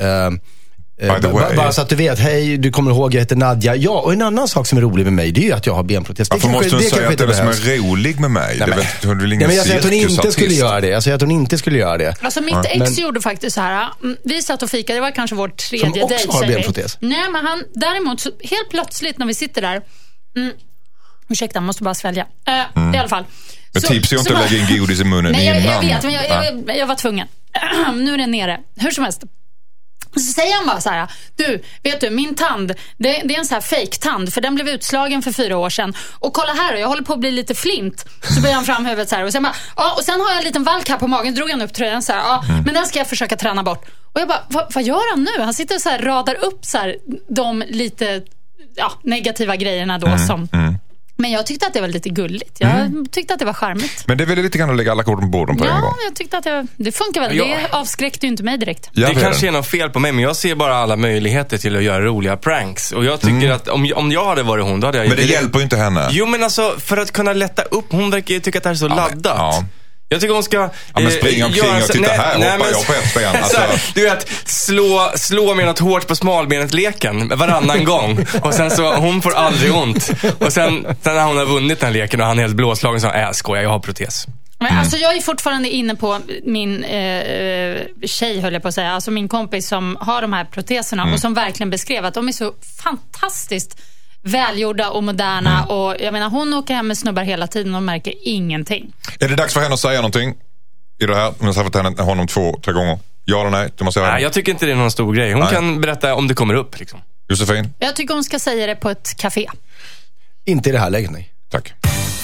way. Bara så att du vet, hej, du kommer ihåg, jag heter Nadja. Ja, och en annan sak som är rolig med mig, det är ju att jag har benprotes. Varför måste hon säga att det är som är rolig med mig? Nej, men jag säger att hon inte skulle göra det. Jag säger att hon inte skulle göra det. Alltså mitt ex gjorde faktiskt så här. Vi satt och fikade, det var kanske vår tredje dejt. Som också har benprotes. Nej, men han, däremot, så helt plötsligt när vi sitter där... ursäkta, jag måste bara svälja. I alla fall. Men tips är ju inte att lägga in godis i munnen nej, innan. Jag vet, men jag var tvungen. Nu är den nere. Hur som helst. Så säger han bara så här: du, vet du, min tand, det är en så här fake-tand, för den blev utslagen för 4 år sedan. Och kolla här, jag håller på att bli lite flint. Så börjar han fram huvudet så här. Och sen bara, och sen har jag en liten valk här på magen. Drog han upp tröjan så här, men den ska jag försöka träna bort. Och jag bara, vad gör han nu? Han sitter och så här radar upp så här, de lite negativa grejerna då som... Men jag tyckte att det var lite gulligt. Jag tyckte att det var charmigt. Men det är väl lite grann att lägga alla korten på borden på en gång. Ja, jag tyckte att det funkar väl. Det avskräckte ju inte mig direkt. Det kanske är något fel på mig, men jag ser bara alla möjligheter till att göra roliga pranks. Och jag tycker att om jag hade varit hon, då hade jag... Men det hjälper ju inte henne. Jo, men alltså, för att kunna lätta upp, hon verkar ju tycka att det här är så laddat. Ja. Jag tycker hon ska... men springa omkring och titta här, hoppar jag på ett ben. Alltså. Du vet, slå med något hårt på smalbenet-leken varannan gång. Och sen så, hon får aldrig ont. Och sen när hon har vunnit den leken och han är helt blåslagen, så skojar, jag har protes. Men alltså jag är fortfarande inne på min tjej, höll jag på att säga. Alltså min kompis som har de här proteserna och som verkligen beskrev att de är så fantastiskt välgjorda och moderna. Och jag menar, hon åker hem med snubbar hela tiden och märker ingenting. Är det dags för henne att säga någonting i det här? Hon har sagt honom 2-3 gånger. Ja eller nej? Du måste säga. Nej, jag tycker inte det är någon stor grej. Hon kan berätta om det kommer upp liksom. Josefin? Jag tycker hon ska säga det på ett café. Inte i det här läget, nej. Tack.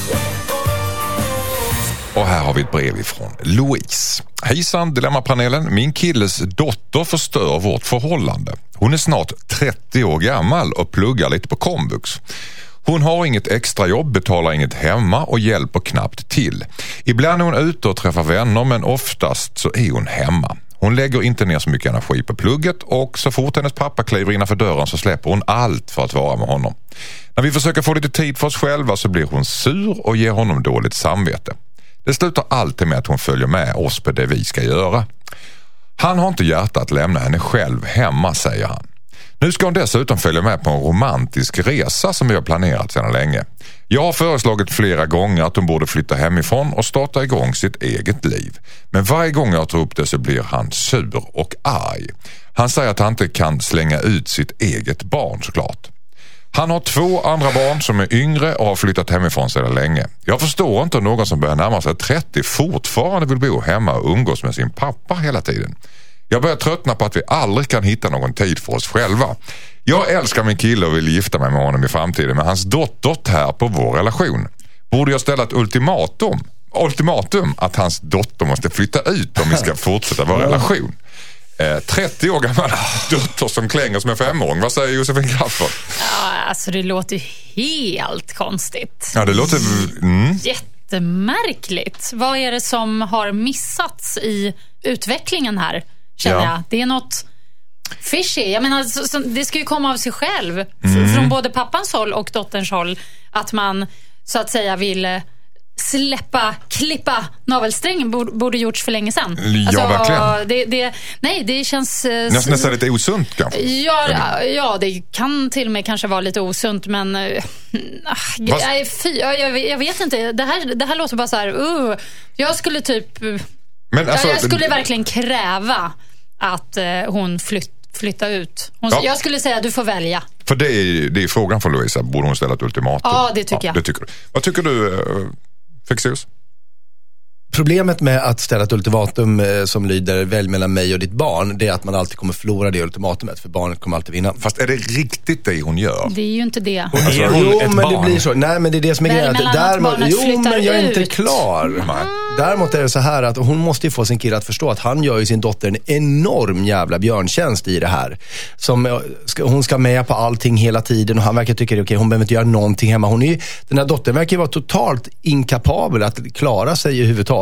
Och här har vi ett brev ifrån Louise. Hejsan, Dilemmapanelen. Min killes dotter förstör vårt förhållande. Hon är snart 30 år gammal och pluggar lite på komvux. Hon har inget extra jobb, betalar inget hemma och hjälper knappt till. Ibland är hon ute och träffar vänner, men oftast så är hon hemma. Hon lägger inte ner så mycket energi på plugget och så fort hennes pappa kliver innanför dörren så släpper hon allt för att vara med honom. När vi försöker få lite tid för oss själva så blir hon sur och ger honom dåligt samvete. Det slutar alltid med att hon följer med oss på det vi ska göra. Han har inte hjärta att lämna henne själv hemma, säger han. Nu ska hon dessutom följa med på en romantisk resa som vi har planerat sedan länge. Jag har föreslagit flera gånger att hon borde flytta hemifrån och starta igång sitt eget liv. Men varje gång jag tar upp det så blir han sur och arg. Han säger att han inte kan slänga ut sitt eget barn, såklart. Han har 2 andra barn som är yngre och har flyttat hemifrån sedan länge. Jag förstår inte någon som börjar närma sig 30 fortfarande vill bo hemma och umgås med sin pappa hela tiden. Jag börjar tröttna på att vi aldrig kan hitta någon tid för oss själva. Jag älskar min kille och vill gifta mig med honom i framtiden, men hans dotter tär på vår relation. Borde jag ställa ett ultimatum att hans dotter måste flytta ut om vi ska fortsätta vår relation? 30 år gammal dotter som klänger som en 5-åring. Vad säger Josefin Crafoord? Ja, alltså det låter helt konstigt. Ja, det låter... Jättemärkligt. Vad är det som har missats i utvecklingen här, känner jag? Det är något fishy. Jag menar, det ska ju komma av sig själv. Från både pappans håll och dotterns håll. Att man, så att säga, vill... klippa navelsträngen borde gjorts för länge sedan. Ja, verkligen. Det känns... nästan lite osunt kanske. Ja, det kan till och med kanske vara lite osunt, men jag vet inte. Det här låter bara så här, jag skulle typ... Men alltså, jag skulle verkligen kräva att hon flytta ut. Jag skulle säga att du får välja. För det är frågan för Louisa. Borde hon ställa ett ultimatum? Ja, det tycker jag. Det tycker du. Vad tycker du, Fexeus? Problemet med att ställa ett ultimatum som lyder välj mellan mig och ditt barn, det är att man alltid kommer förlora det ultimatumet, för barnet kommer alltid vinna. Fast är det riktigt det hon gör? Det är ju inte det. Men det blir så. Nej, men det är det som är grejen. Men jag är inte klar. Däremot är det så här att hon måste ju få sin kille att förstå att han gör ju sin dotter en enorm jävla björntjänst i det här. Hon ska med på allting hela tiden och han verkar tycka det är okej. Hon behöver inte göra någonting hemma. Den här dottern verkar ju vara totalt inkapabel att klara sig överhuvudtaget.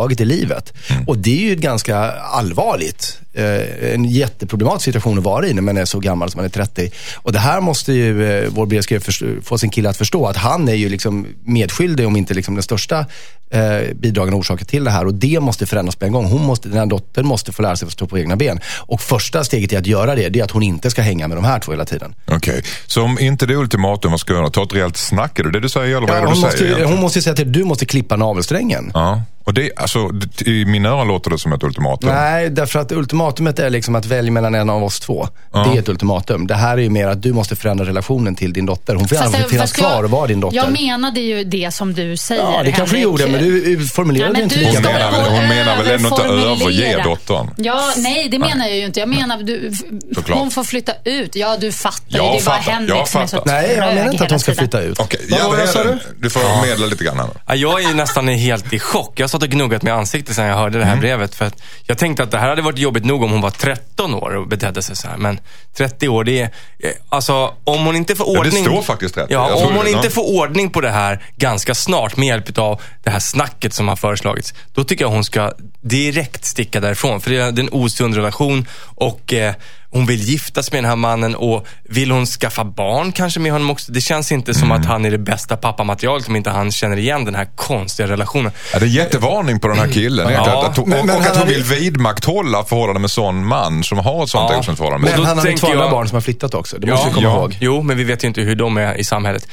överhuvudtaget i livet. Och det är ju ganska allvarligt. En jätteproblematisk situation att vara i när man är så gammal som man är 30. Och det här måste ju vår brevskrivare få sin kille att förstå, att han är ju liksom medskyldig, om inte liksom den största bidragande orsaken till det här. Och det måste förändras på en gång. Den här dottern måste få lära sig att stå på egna ben. Och första steget i att göra det är att hon inte ska hänga med de här två hela tiden. Okej. Så om inte det ultimatum, vad ska jag göra? Ta ett rejält snack? Är det du säger? Eller vad är det du säger? Hon måste säga till du måste klippa navelsträngen. Ja. Och det, alltså, i mina öron låter det som ett ultimatum. Nej, därför att ultimatumet är liksom att välja mellan en av oss två. Det är ett ultimatum. Det här är ju mer att du måste förändra relationen till din dotter. Hon får aldrig finnas kvar och vara din dotter. Jag menade ju det som du säger. Ja, det kanske du gjorde, men du formulerade inte lika bra. Hon menar väl ändå inte överge dottern? Ja, nej, det menar jag ju inte. Jag menar, hon får flytta ut. Ja, du fattar ju. Det är bara Henrik som är så trög. Nej, jag menar inte att hon ska flytta ut. Okej, du får medla lite grann här. Jag är nästan helt i chock. Jag satt och gnuggat med ansiktet sen jag hörde det här brevet. För att jag tänkte att det här hade varit jobbigt nog om hon var 13 år och betedde sig så här. Men 30 år, det är... Alltså, om hon inte får ordning... Ja, det står faktiskt rätt. Ja, om hon inte får ordning på det här ganska snart med hjälp av det här snacket som har föreslagits, då tycker jag hon ska direkt sticka därifrån. För det är en osund relation och... hon vill giftas med den här mannen och vill hon skaffa barn kanske med honom också. Det känns inte som att han är det bästa pappamaterialet om inte han känner igen den här konstiga relationen. Ja, det är jättevarning på den här killen. Ja. Att hon vill vidmakthålla förhållande med sån man som har ett sånt osunt förhållande. Men han har ju 2 andra barn som har flyttat också. Det måste vi komma ihåg. Jo, men vi vet ju inte hur de är i samhället.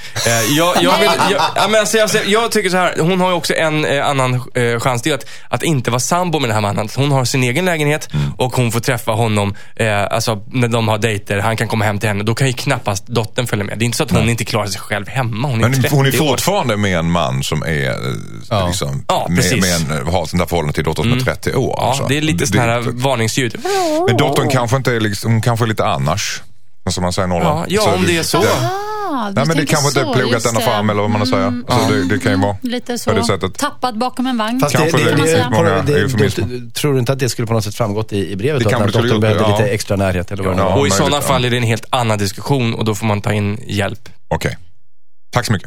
Jag tycker så här, hon har ju också en annan chans till att inte vara sambo med den här mannen. Hon har sin egen lägenhet och hon får träffa honom alltså när de har dejter, han kan komma hem till henne, då kan ju knappast dottern följa med. Det är inte så att hon inte klarar sig själv hemma. Hon är fortfarande med en man som är liksom, har sån där förhållande till dottern som är 30 år. Ja, alltså. Det är lite sån här varningsljud. Men dottern kanske inte är liksom, hon kanske är lite annars. Som man säger Norrland. Ja, om det är så. Nej, men det kanske inte är plogat denna fram eller vad man säger. Alltså, det kan ju vara lite så. På det sättet. Tappad bakom en vagn. Fast tror du inte att det skulle på något sätt framgått i brevet? Det att dottern behövde lite extra närhet eller vad det var. Och i sådana fall är det en helt annan diskussion och då får man ta in hjälp. Okej. Tack så mycket.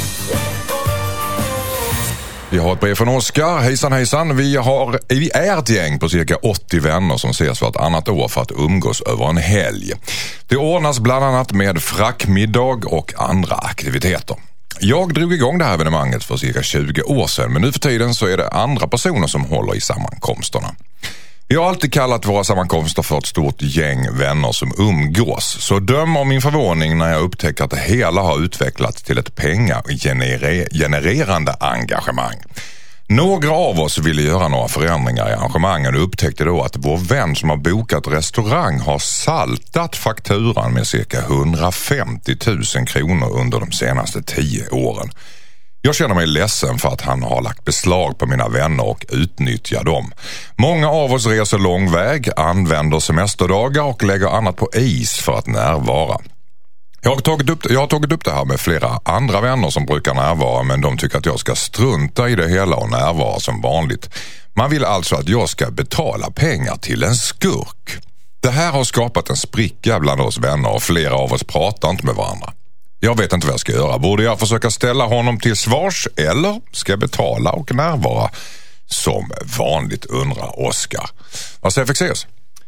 Vi har ett brev från Oskar. Hejsan. Vi är ett gäng på cirka 80 vänner som ses vartannat år för att umgås över en helg. Det ordnas bland annat med frackmiddag och andra aktiviteter. Jag drog igång det här evenemanget för cirka 20 år sedan, men nu för tiden så är det andra personer som håller i sammankomsterna. Vi har alltid kallat våra sammankomster för ett stort gäng vänner som umgås. Så döm om min förvåning när jag upptäcker att det hela har utvecklats till ett pengagenererande engagemang. Några av oss ville göra några förändringar i arrangemangen och upptäckte då att vår vän som har bokat restaurang har saltat fakturan med cirka 150 000 kronor under de senaste 10 åren. Jag känner mig ledsen för att han har lagt beslag på mina vänner och utnyttjar dem. Många av oss reser lång väg, använder semesterdagar och lägger annat på is för att närvara. Jag har tagit upp det här med flera andra vänner som brukar närvara, men de tycker att jag ska strunta i det hela och närvara som vanligt. Man vill alltså att jag ska betala pengar till en skurk. Det här har skapat en spricka bland oss vänner och flera av oss pratar inte med varandra. Jag vet inte vad jag ska göra. Borde jag försöka ställa honom till svars eller ska jag betala och närvara som vanligt, undrar Oskar. Vad säger Fexeus?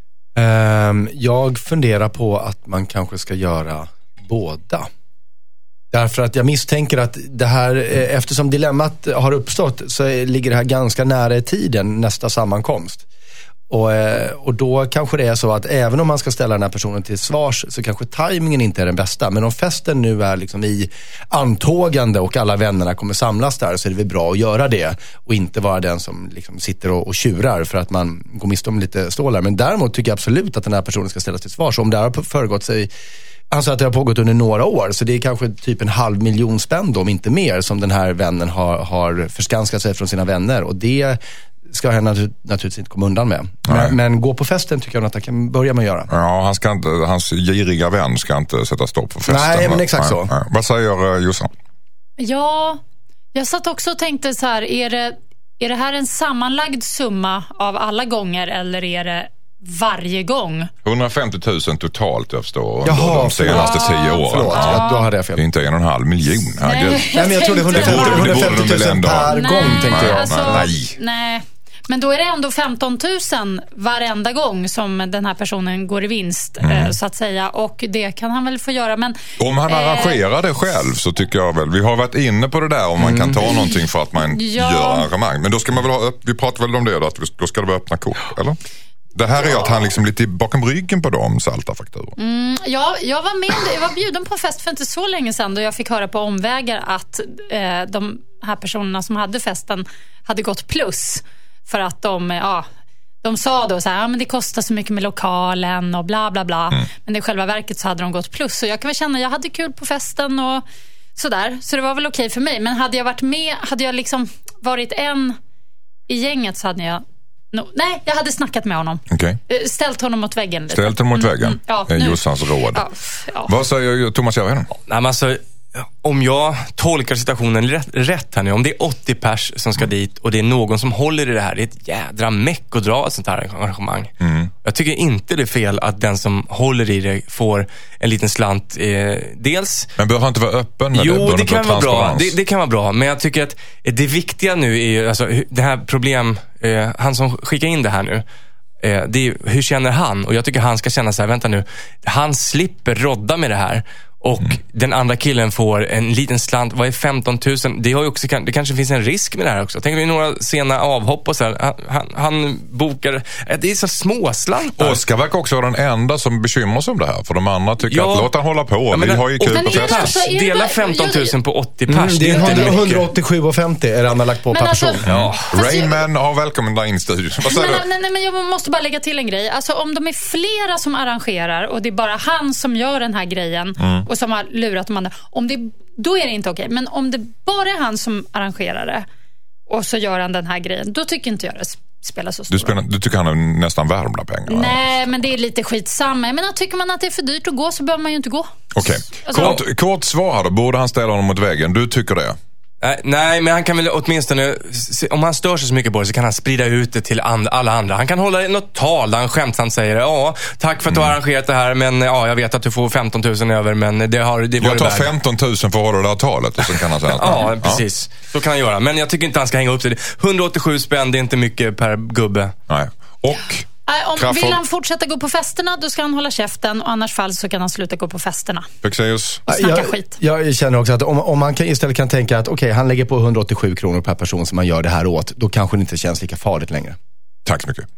Jag funderar på att man kanske ska göra båda. Därför att jag misstänker att det här, eftersom dilemmat har uppstått, så ligger det här ganska nära i tiden, nästa sammankomst. Och då kanske det är så att även om man ska ställa den här personen till svars så kanske tajmingen inte är den bästa. Men om festen nu är liksom i antågande och alla vännerna kommer samlas där, så är det väl bra att göra det och inte vara den som liksom sitter och tjurar för att man går miste om lite stålar. Men däremot tycker jag absolut att den här personen ska ställas till svars. Om det har föregått sig, alltså att det har pågått under några år, så det är kanske typ 500 000 spänn då, om inte mer, som den här vännen har förskanskat sig från sina vänner, och det ska han naturligtvis inte komma undan med. Men gå på festen tycker jag att han kan börja med att göra. Ja, hans giriga vän ska inte sätta stopp på festen. Nej, men exakt så. Nej. Vad säger Jossan? Ja, jag satt också och tänkte så här, är det här en sammanlagd summa av alla gånger eller är det varje gång? 150 000 totalt, jag förstår, under de senaste 10 åren. Förlåt, då hade jag fel. Det är inte 1,5 miljon. Nej, men jag trodde 150 000 per gång, tänkte jag. Nej. Men då är det ändå 15 000 varenda gång som den här personen går i vinst, så att säga. Och det kan han väl få göra. Men, om han arrangerar det själv så tycker jag väl, vi har varit inne på det där om man kan ta någonting för att man gör arrangemang. Men då ska man väl vi pratar väl om det då, att då ska det vara öppna kort, eller? Det här är ju att han liksom lite bakom ryggen på dem salta fakturor. Ja, jag var bjuden på en fest för inte så länge sedan då jag fick höra på omvägar att de här personerna som hade festen hade gått plus för att de sa då så här, men det kostar så mycket med lokalen och bla bla bla. Men i själva verket så hade de gått plus. Så jag kan väl känna, jag hade kul på festen och sådär. Så det var väl okej för mig. Men hade jag varit med, hade jag liksom varit en i gänget så hade jag nej, jag hade snackat med honom. Okay. Ställt honom mot väggen lite. Ställt honom mot väggen? Ja, Jossans råd. Ja. Vad säger Thomas Järvheden? Nej, men alltså, om jag tolkar situationen rätt här nu, om det är 80 pers som ska dit och det är någon som håller i det här, det är ett jädra meck att dra ett sånt här arrangemang. Jag tycker inte det är fel att den som håller i det får en liten slant dels. Men bör han inte vara öppen med det? Jo, det kan vara bra. Det kan vara bra, men jag tycker att det viktiga nu är ju, alltså, det här problem, han som skickar in det här nu, det är, hur känner han? Och jag tycker han ska känna så här, vänta nu, han slipper rodda med det här. Och den andra killen får en liten slant. Vad är 15 000? Det har ju också, det kanske finns en risk med det här också. Tänk dig några sena avhopp och så här. Han bokar. Det är så små slantar. Oskar verkar också vara den enda som bekymrar sig om det här. För de andra tycker att låt han hålla på. Vi har ju kul på festen. Dela 15 000 på 80 pers. Det är 187,50 är han har lagt på per person. Rainman har välkommen in i studion. Nej, men jag måste bara lägga till en grej. Alltså om de är flera som arrangerar och det är bara han som gör den här grejen och som har lurat de andra. Då är det inte okej. Men om det bara är han som arrangerar det och så gör han den här grejen, då tycker inte jag det spelar så stor roll. Du tycker han är nästan värd de där pengarna? Nej, men det är lite skitsamma. Men tycker man att det är för dyrt att gå så behöver man ju inte gå. Okej. Kort svar här då. Borde han ställa honom mot väggen? Du tycker det? Nej, men han kan väl åtminstone, om han stör sig så mycket på det så kan han sprida ut det till alla andra. Han kan hålla något tal där han skämtsamt säger tack för att du har arrangerat det här, men jag vet att du får 15 000 över, men det jag tar 15 000 för att hålla det här talet och så kan han säga ja, precis. Så kan han göra. Men jag tycker inte han ska hänga upp sig. 187 spänn, det är inte mycket per gubbe. Nej. Och vill han fortsätta gå på festerna, då ska han hålla käften, och annars fall så kan han sluta gå på festerna. Snacka skit. Jag känner också att om man istället kan tänka att han lägger på 187 kronor per person som man gör det här åt, då kanske det inte känns lika farligt längre. Tack så mycket.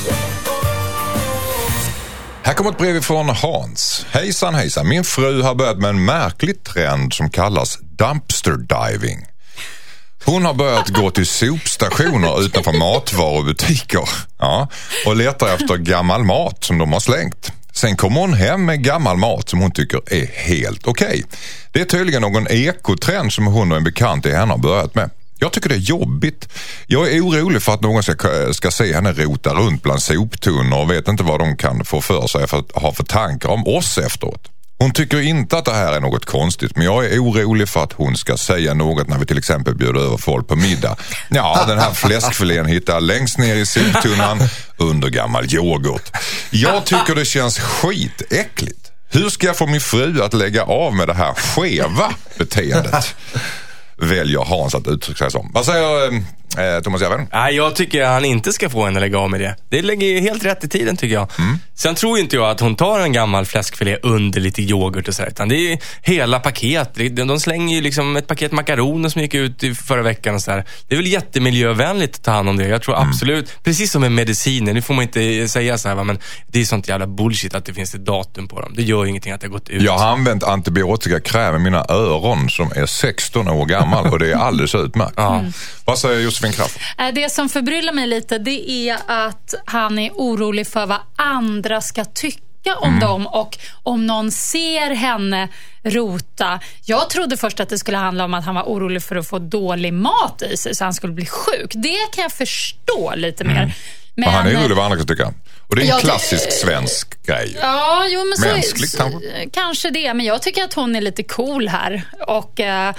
Här kommer ett brev från Hans. Hejsan. Min fru har börjat med en märklig trend som kallas dumpster diving. Hon har börjat gå till sopstationer utanför matvarubutiker och letar efter gammal mat som de har slängt. Sen kommer hon hem med gammal mat som hon tycker är helt okej. Det är tydligen någon ekotrend som hon och en bekant i henne har börjat med. Jag tycker det är jobbigt. Jag är orolig för att någon ska se henne rota runt bland soptunnor och vet inte vad de kan få för sig för att ha för tankar om oss efteråt. Hon tycker inte att det här är något konstigt, men jag är orolig för att hon ska säga något när vi till exempel bjuder över folk på middag. Ja, den här fläskfilén hittar längst ner i soptunnan under gammal yoghurt. Jag tycker det känns skitäckligt. Hur ska jag få min fru att lägga av med det här skeva beteendet? Väljer Hans att uttrycka sig som. Vad säger Thomas Järvheden? Nej, jag tycker han inte ska få henne lägga av med det. Det lägger ju helt rätt i tiden, tycker jag. Sen tror inte jag att hon tar en gammal fläskfilé under lite yoghurt och så, utan det är hela paket. De slänger ju liksom ett paket makaroner som gick ut i förra veckan och så här. Det är väl jättemiljövänligt att ta hand om det. Jag tror absolut, precis som med mediciner, nu får man inte säga så här, men det är sånt jävla bullshit att det finns ett datum på dem. Det gör ingenting att det har gått ut. Jag har använt antibiotikakräm i mina öron som är 16 år gammal och det är alldeles utmärkt. Vad säger Josefin Kraft? Det som förbryllar mig lite, det är att han är orolig för vad andra ska tycka om dem och om någon ser henne rota. Jag trodde först att det skulle handla om att han var orolig för att få dålig mat i sig så han skulle bli sjuk. Det kan jag förstå lite mer. Men han är orolig vad andra ska tycka. Och det är en klassisk svensk grej. Ja, jo, men mänskligt kanske det. Men jag tycker att hon är lite cool här. Och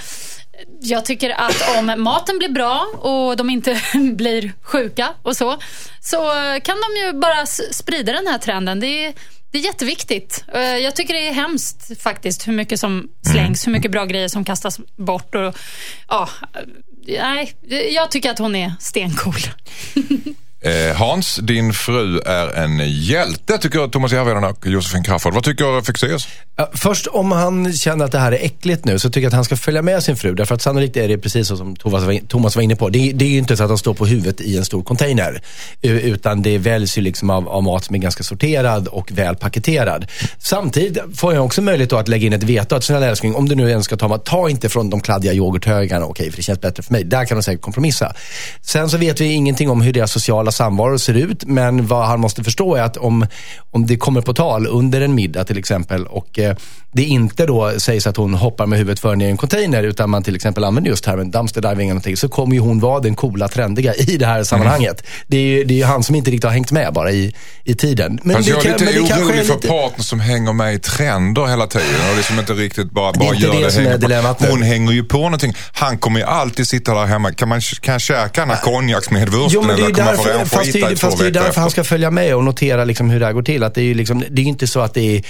jag tycker att om maten blir bra och de inte blir sjuka och så kan de ju bara sprida den här trenden. Det är jätteviktigt. Jag tycker det är hemskt faktiskt hur mycket som slängs, hur mycket bra grejer som kastas bort. Och, nej, jag tycker att hon är stencool. Hans, din fru är en hjälte, tycker Thomas Järvheden och Josefin Crafoord. Vad tycker Fexeus? Först, om han känner att det här är äckligt nu, så tycker jag att han ska följa med sin fru. Därför att sannolikt är det precis så som Thomas var inne på. Det är ju inte så att han står på huvudet i en stor container. Utan det väljs ju liksom av mat som är ganska sorterad och väl paketerad. Samtidigt får jag också möjlighet att lägga in ett veto. Att snälla älskling, om du nu ens ska ta inte från de kladdiga yoghurthögarna. Okej, för det känns bättre för mig. Där kan de säkert kompromissa. Sen så vet vi ingenting om hur deras sociala samvaro ser ut, men vad han måste förstå är att om det kommer på tal under en middag till exempel, och det inte då sägs att hon hoppar med huvudet för ner i en container, utan man till exempel använder just termen dumpster diving eller någonting, så kommer ju hon vara den coola, trendiga i det här sammanhanget. Det är ju han som inte riktigt har hängt med bara i tiden. Men alltså det jag är lite orolig för partner som hänger med i trender hela tiden och liksom inte riktigt bara gör det hänger dilemmat. Hon hänger ju på någonting. Han kommer ju alltid sitta där hemma. Kan jag käka den här konjaksmedvursten? Jo, men det är därför, fast det är därför han ska följa med och notera liksom hur det här går till. Att det är ju liksom, det är inte så att det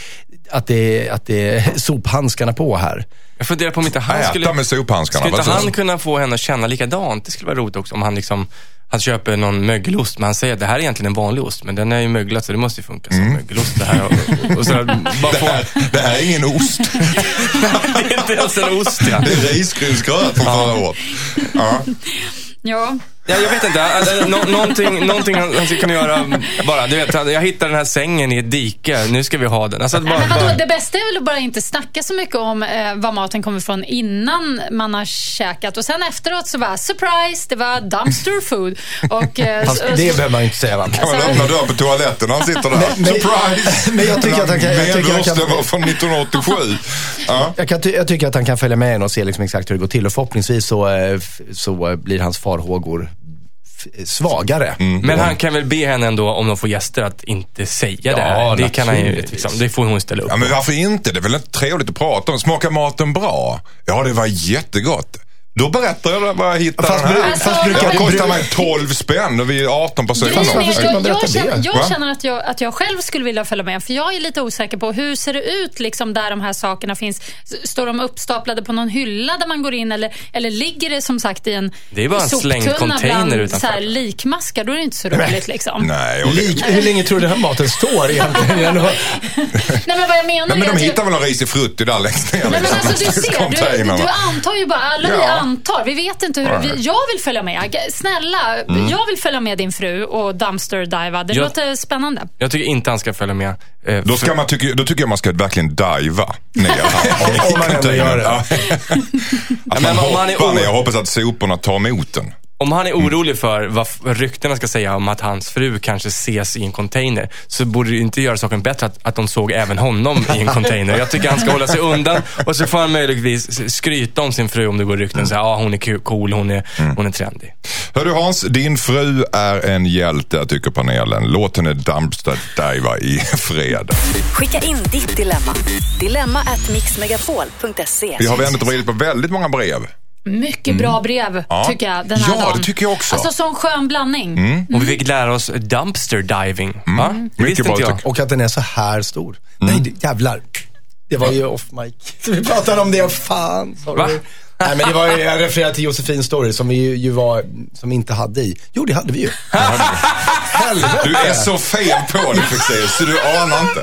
är sophandskarna på här. Jag funderar på om inte han skulle inte han kunna få henne att känna likadant. Det skulle vara roligt också om han köper någon mögelost, men han säger att det här är egentligen en vanlig ost, men den är ju möglad så det måste ju funka som mögelost det här. Och så det här är ingen ost. Det är inte ens en ost, ja. Det är risgrynsgröt från förra året. Ja. Ja, jag vet inte. Någonting han ska kunna göra bara. Du vet, jag hittade den här sängen i ett dike. Nu ska vi ha den. Alltså, det bästa är väl att bara inte snacka så mycket om var maten kommer från innan man har käkat. Och sen efteråt så var surprise, det var dumpster food. Och, det behöver man inte säga, va? Kan man öppna dörren på toaletten när han sitter där? Surprise! Men jag tycker att han kan... Medvursten var från 1987. Ja. Jag tycker att han kan följa med och se liksom exakt hur det går till. Och förhoppningsvis så blir hans farhågor svagare. Men han kan väl be henne ändå, om de får gäster, att inte säga det. Det kan han ju, liksom, det får hon ställa upp. Ja, men varför inte? Det är väl trevligt att prata om. Smakar maten bra? Ja, det var jättegott. Då berättar jag vad jag hittade. Det kostar mig 12 spänn och vi är 18 personer. Jag känner att jag själv skulle vilja följa med, för jag är lite osäker på hur ser det ut liksom, där de här sakerna finns. Står de uppstaplade på någon hylla där man går in, eller ligger det som sagt i en det är bara en slängd container utanför. Så här, likmaskar, då är det inte så roligt liksom. Nej, hur länge tror du den här maten står egentligen? Nej, men vad jag menar men de hittar väl en ris i frutti där längst ner. Nej, men alltså, du antar ju bara, alla antar. Vi vet inte hur... Jag vill följa med. Snälla, jag vill följa med din fru och dumpster diva. Det låter spännande. Jag tycker inte han ska följa med. Då tycker jag man ska verkligen diva ner. Om man ändå gör det. Jag hoppas att soporna tar emot den. Om han är orolig för vad ryktena ska säga om att hans fru kanske ses i en container, så borde det inte göra saken bättre att de såg även honom i en container. Jag tycker han ska hålla sig undan, och så får han möjligtvis skryta om sin fru om det går rykten. Så hon är cool, hon är trendig. Hör du Hans, din fru är en hjälte, tycker panelen. Låt henne dumpster diva i fred. Skicka in ditt dilemma. dilemma@mixmegapol.se. Vi har vänt och vridit på väldigt många brev. Mycket bra brev, tycker jag, den här dagen. Det tycker jag också. Alltså som skön blandning. Och vi fick lära oss dumpster diving. Mycket bra. Och att den är så här stor. Nej, jävlar. Det var ju off mic. Så vi pratade om det, fan. Va? Nej, men det var ju, jag refererade till Josefins story som vi ju var, som vi inte hade i. Jo, det hade vi ju. Du är så fel på det, Fexeus, så du anar inte.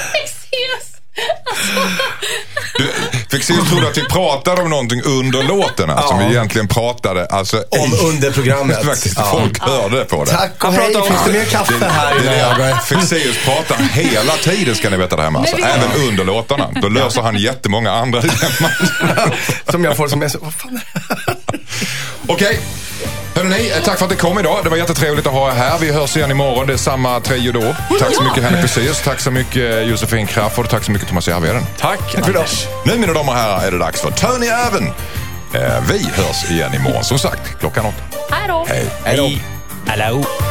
Fexeus trodde att vi pratade om någonting under låten, som vi egentligen pratade om under programmet. Faktiskt, folk hörde på det. Tack och hej, finns det mer kaffe här? Fexeus pratar hela tiden, ska ni veta det här med. Även under låtarna. Då löser han jättemånga andra dilemman. Som jag får som är så, vad fan är det? Okej. Hörrni, tack för att det kom idag. Det var jättetrevligt att ha er här. Vi hörs igen imorgon. Det är samma trio då. Tack så mycket Henrik Fexeus. Tack så mycket Josefin Crafoord. Tack så mycket Thomas Järvheden. Tack för idag. Nu mina damer och herrar är det dags för Tony Även. Vi hörs igen imorgon som sagt klockan 8. Hej då. Hej. Hej då. Hallå.